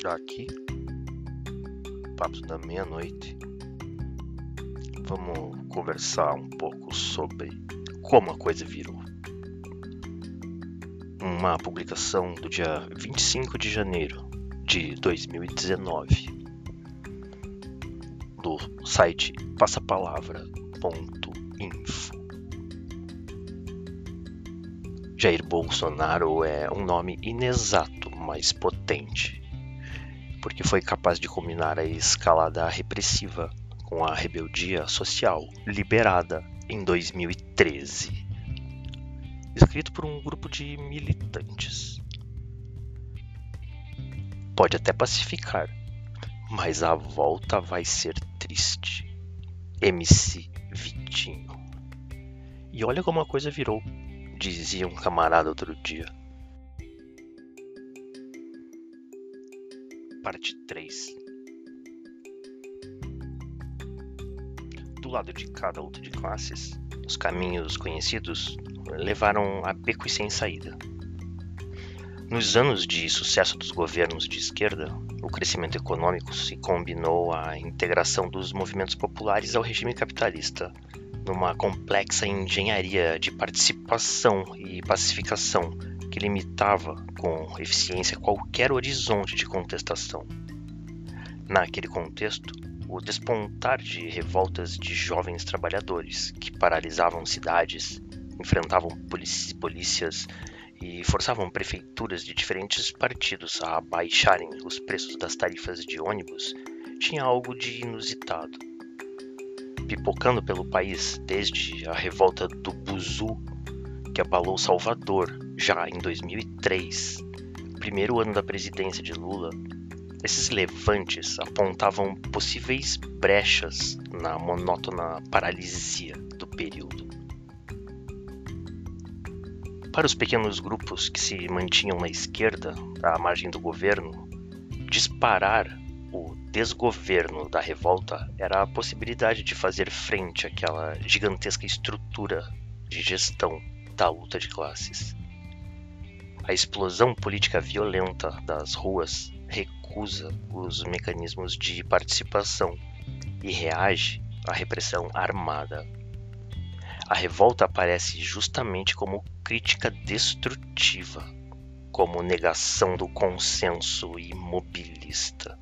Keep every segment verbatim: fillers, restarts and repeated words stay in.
já aqui, papo da meia-noite. Vamos conversar um pouco sobre como a coisa virou. Uma publicação do dia vinte e cinco de janeiro de dois mil e dezenove do site passapalavra ponto info. Jair Bolsonaro é um nome inexato, mas potente, porque foi capaz de combinar a escalada repressiva com a rebeldia social liberada em dois mil e treze, escrito por um grupo de militantes. Pode até pacificar, mas a volta vai ser triste. M C Vitinho. E olha como a coisa virou, dizia um camarada outro dia. Parte três. Do lado de cada luta de classes, os caminhos conhecidos levaram a becos sem saída. Nos anos de sucesso dos governos de esquerda, o crescimento econômico se combinou à integração dos movimentos populares ao regime capitalista, numa complexa engenharia de participação e pacificação que limitava com eficiência qualquer horizonte de contestação. Naquele contexto, o despontar de revoltas de jovens trabalhadores que paralisavam cidades, enfrentavam polícias e forçavam prefeituras de diferentes partidos a baixarem os preços das tarifas de ônibus tinha algo de inusitado. Pipocando pelo país desde a revolta do Buzu, que abalou Salvador já em dois mil e três, primeiro ano da presidência de Lula, esses levantes apontavam possíveis brechas na monótona paralisia do período. Para os pequenos grupos que se mantinham na esquerda, à margem do governo, disparar o desgoverno da revolta era a possibilidade de fazer frente àquela gigantesca estrutura de gestão da luta de classes. A explosão política violenta das ruas recusa os mecanismos de participação e reage à repressão armada. A revolta aparece justamente como crítica destrutiva, como negação do consenso imobilista.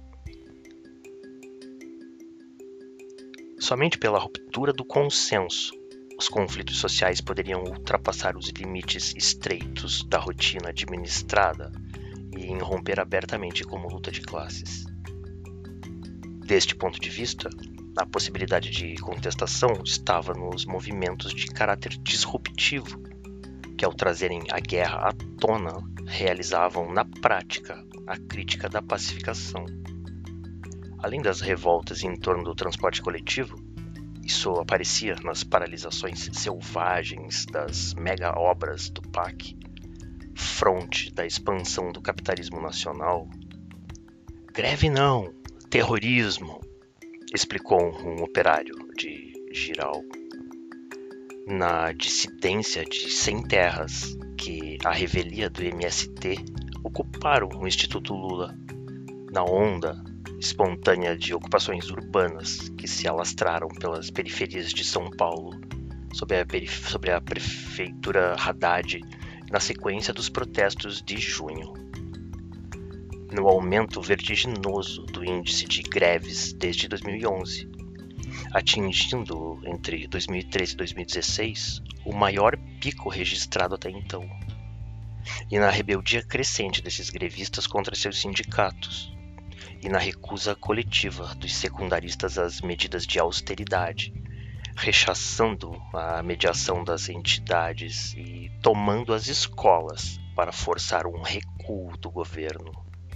Somente pela ruptura do consenso, os conflitos sociais poderiam ultrapassar os limites estreitos da rotina administrada e irromper abertamente como luta de classes. Deste ponto de vista, a possibilidade de contestação estava nos movimentos de caráter disruptivo, que ao trazerem a guerra à tona, realizavam na prática a crítica da pacificação. Além das revoltas em torno do transporte coletivo, isso aparecia nas paralisações selvagens das mega-obras do P A C, fronte da expansão do capitalismo nacional. Greve não, terrorismo, explicou um operário de Giral. Na dissidência de Sem Terras, que a revelia do M S T ocuparam o Instituto Lula, na onda espontânea de ocupações urbanas que se alastraram pelas periferias de São Paulo, sob a, perif- sobre a prefeitura Haddad, na sequência dos protestos de junho. No aumento vertiginoso do índice de greves desde dois mil e onze, atingindo entre dois mil e treze e dois mil e dezesseis o maior pico registrado até então, e na rebeldia crescente desses grevistas contra seus sindicatos, e na recusa coletiva dos secundaristas às medidas de austeridade, rechaçando a mediação das entidades e tomando as escolas para forçar um recuo do governo.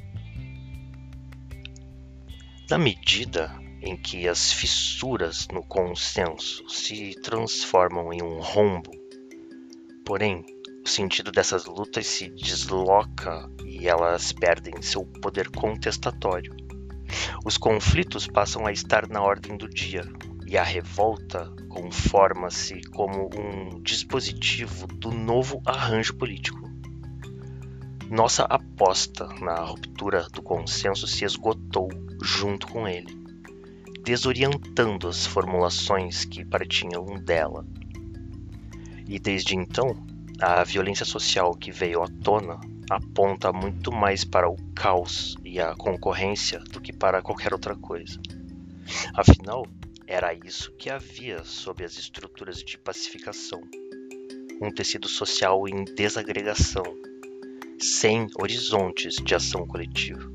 Na medida em que as fissuras no consenso se transformam em um rombo, porém, o sentido dessas lutas se desloca e elas perdem seu poder contestatório. Os conflitos passam a estar na ordem do dia e a revolta conforma-se como um dispositivo do novo arranjo político. Nossa aposta na ruptura do consenso se esgotou junto com ele, desorientando as formulações que partiam dela. E desde então, a violência social que veio à tona aponta muito mais para o caos e a concorrência do que para qualquer outra coisa. Afinal, era isso que havia sob as estruturas de pacificação. Um tecido social em desagregação, sem horizontes de ação coletiva.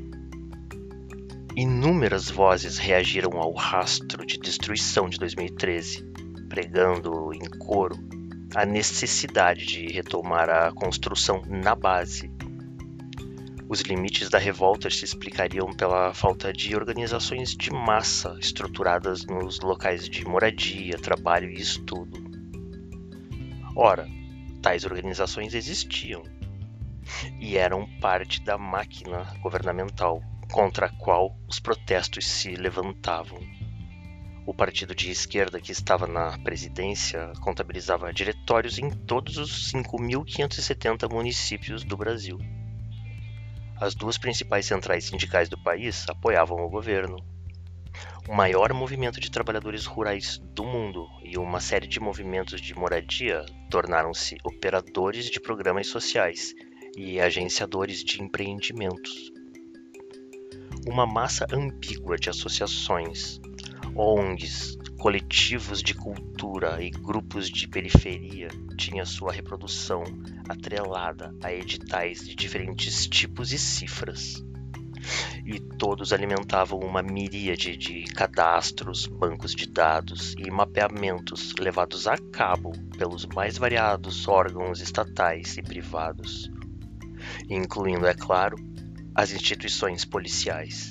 Inúmeras vozes reagiram ao rastro de destruição de dois mil e treze, pregando em coro a necessidade de retomar a construção na base. Os limites da revolta se explicariam pela falta de organizações de massa estruturadas nos locais de moradia, trabalho e estudo. Ora, tais organizações existiam e eram parte da máquina governamental contra a qual os protestos se levantavam. O partido de esquerda que estava na presidência contabilizava diretórios em todos os cinco mil quinhentos e setenta municípios do Brasil. As duas principais centrais sindicais do país apoiavam o governo. O maior movimento de trabalhadores rurais do mundo e uma série de movimentos de moradia tornaram-se operadores de programas sociais e agenciadores de empreendimentos. Uma massa ambígua de associações, O N Gs, coletivos de cultura e grupos de periferia tinha sua reprodução atrelada a editais de diferentes tipos e cifras. E todos alimentavam uma miríade de cadastros, bancos de dados e mapeamentos levados a cabo pelos mais variados órgãos estatais e privados, incluindo, é claro, as instituições policiais.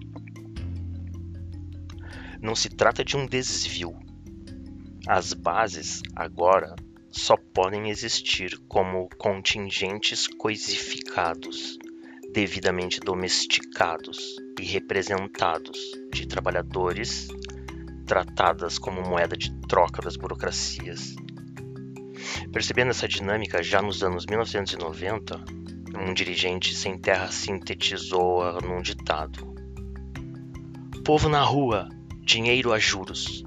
Não se trata de um desvio. As bases, agora, só podem existir como contingentes coisificados, devidamente domesticados e representados de trabalhadores, tratadas como moeda de troca das burocracias. Percebendo essa dinâmica já nos anos mil novecentos e noventa, um dirigente sem terra sintetizou-a num ditado: "Povo na rua, dinheiro a juros."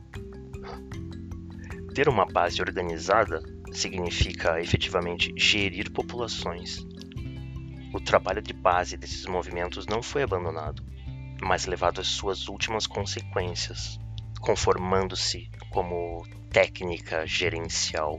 Ter uma base organizada significa efetivamente gerir populações. O trabalho de base desses movimentos não foi abandonado, mas levado às suas últimas consequências, conformando-se como técnica gerencial.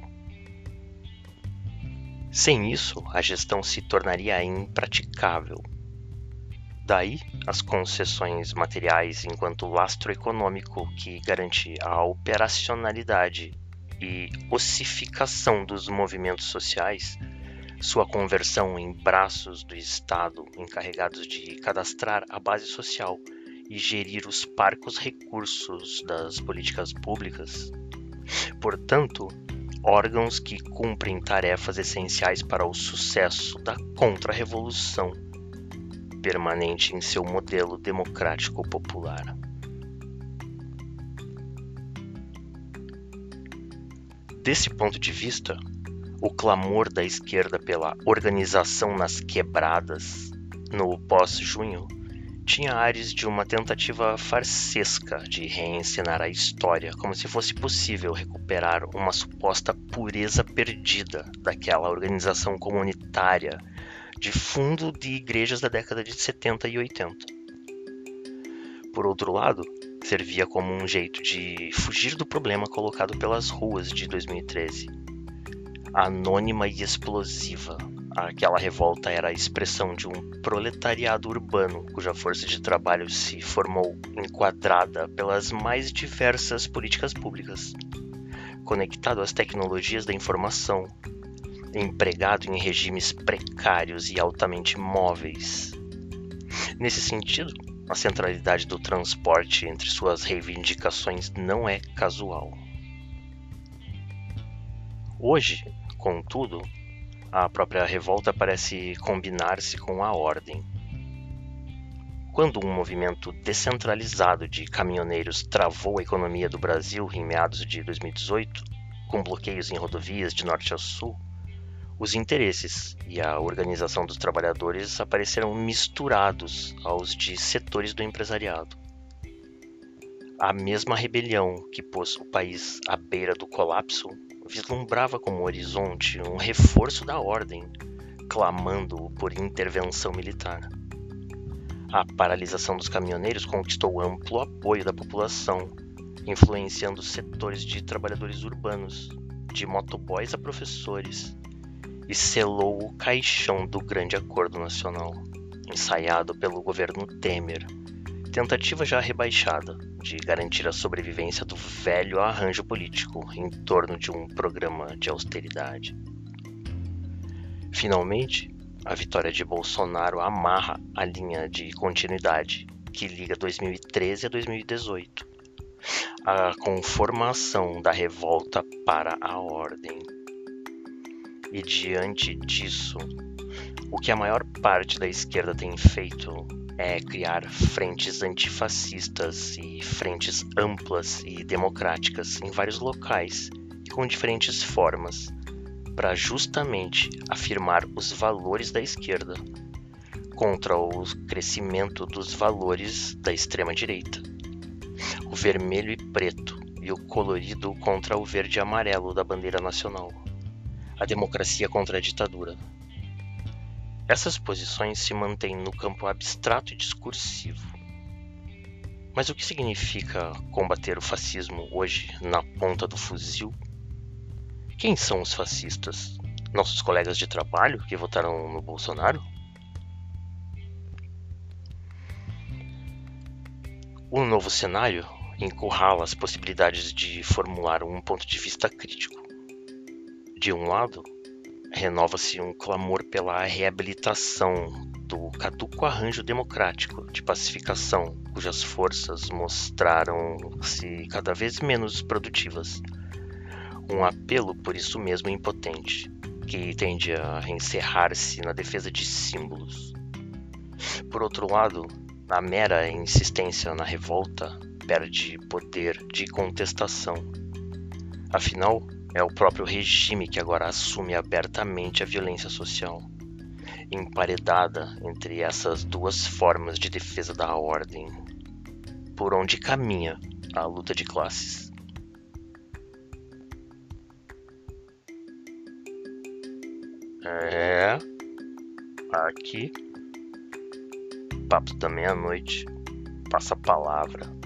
Sem isso, a gestão se tornaria impraticável. Daí, as concessões materiais enquanto lastro econômico que garante a operacionalidade e ossificação dos movimentos sociais, sua conversão em braços do Estado encarregados de cadastrar a base social e gerir os parcos recursos das políticas públicas. Portanto, órgãos que cumprem tarefas essenciais para o sucesso da contra-revolução permanente em seu modelo democrático popular. Desse ponto de vista, o clamor da esquerda pela organização nas quebradas, no pós-junho, tinha ares de uma tentativa farsesca de reencenar a história, como se fosse possível recuperar uma suposta pureza perdida daquela organização comunitária de fundo de igrejas da década de setenta e oitenta. Por outro lado, servia como um jeito de fugir do problema colocado pelas ruas de dois mil e treze. Anônima e explosiva, aquela revolta era a expressão de um proletariado urbano cuja força de trabalho se formou enquadrada pelas mais diversas políticas públicas, conectado às tecnologias da informação, empregado em regimes precários e altamente móveis. Nesse sentido, a centralidade do transporte entre suas reivindicações não é casual. Hoje, contudo, a própria revolta parece combinar-se com a ordem. Quando um movimento descentralizado de caminhoneiros travou a economia do Brasil em meados de dois mil e dezoito, com bloqueios em rodovias de norte a sul, Os interesses e a organização dos trabalhadores apareceram misturados aos de setores do empresariado. A mesma rebelião que pôs o país à beira do colapso vislumbrava como horizonte um reforço da ordem, clamando por intervenção militar. A paralisação dos caminhoneiros conquistou amplo apoio da população, influenciando setores de trabalhadores urbanos, de motoboys a professores, e selou o caixão do Grande Acordo Nacional, ensaiado pelo governo Temer, tentativa já rebaixada de garantir a sobrevivência do velho arranjo político em torno de um programa de austeridade. Finalmente, a vitória de Bolsonaro amarra a linha de continuidade que liga dois mil e treze a dois mil e dezoito, a conformação da revolta para a ordem. E diante disso, o que a maior parte da esquerda tem feito é criar frentes antifascistas e frentes amplas e democráticas em vários locais e com diferentes formas, para justamente afirmar os valores da esquerda contra o crescimento dos valores da extrema-direita. O vermelho e preto e o colorido contra o verde e amarelo da bandeira nacional. A democracia contra a ditadura. Essas posições se mantêm no campo abstrato e discursivo. Mas o que significa combater o fascismo hoje na ponta do fuzil? Quem são os fascistas? Nossos colegas de trabalho que votaram no Bolsonaro? O novo cenário encurrala as possibilidades de formular um ponto de vista crítico. De um lado, renova-se um clamor pela reabilitação do caduco arranjo democrático de pacificação, cujas forças mostraram-se cada vez menos produtivas. Um apelo por isso mesmo impotente, que tende a encerrar-se na defesa de símbolos. Por outro lado, a mera insistência na revolta perde poder de contestação. Afinal, é o próprio regime que agora assume abertamente a violência social, emparedada entre essas duas formas de defesa da ordem, por onde caminha a luta de classes. É, aqui, Papo da Meia-Noite, passa a palavra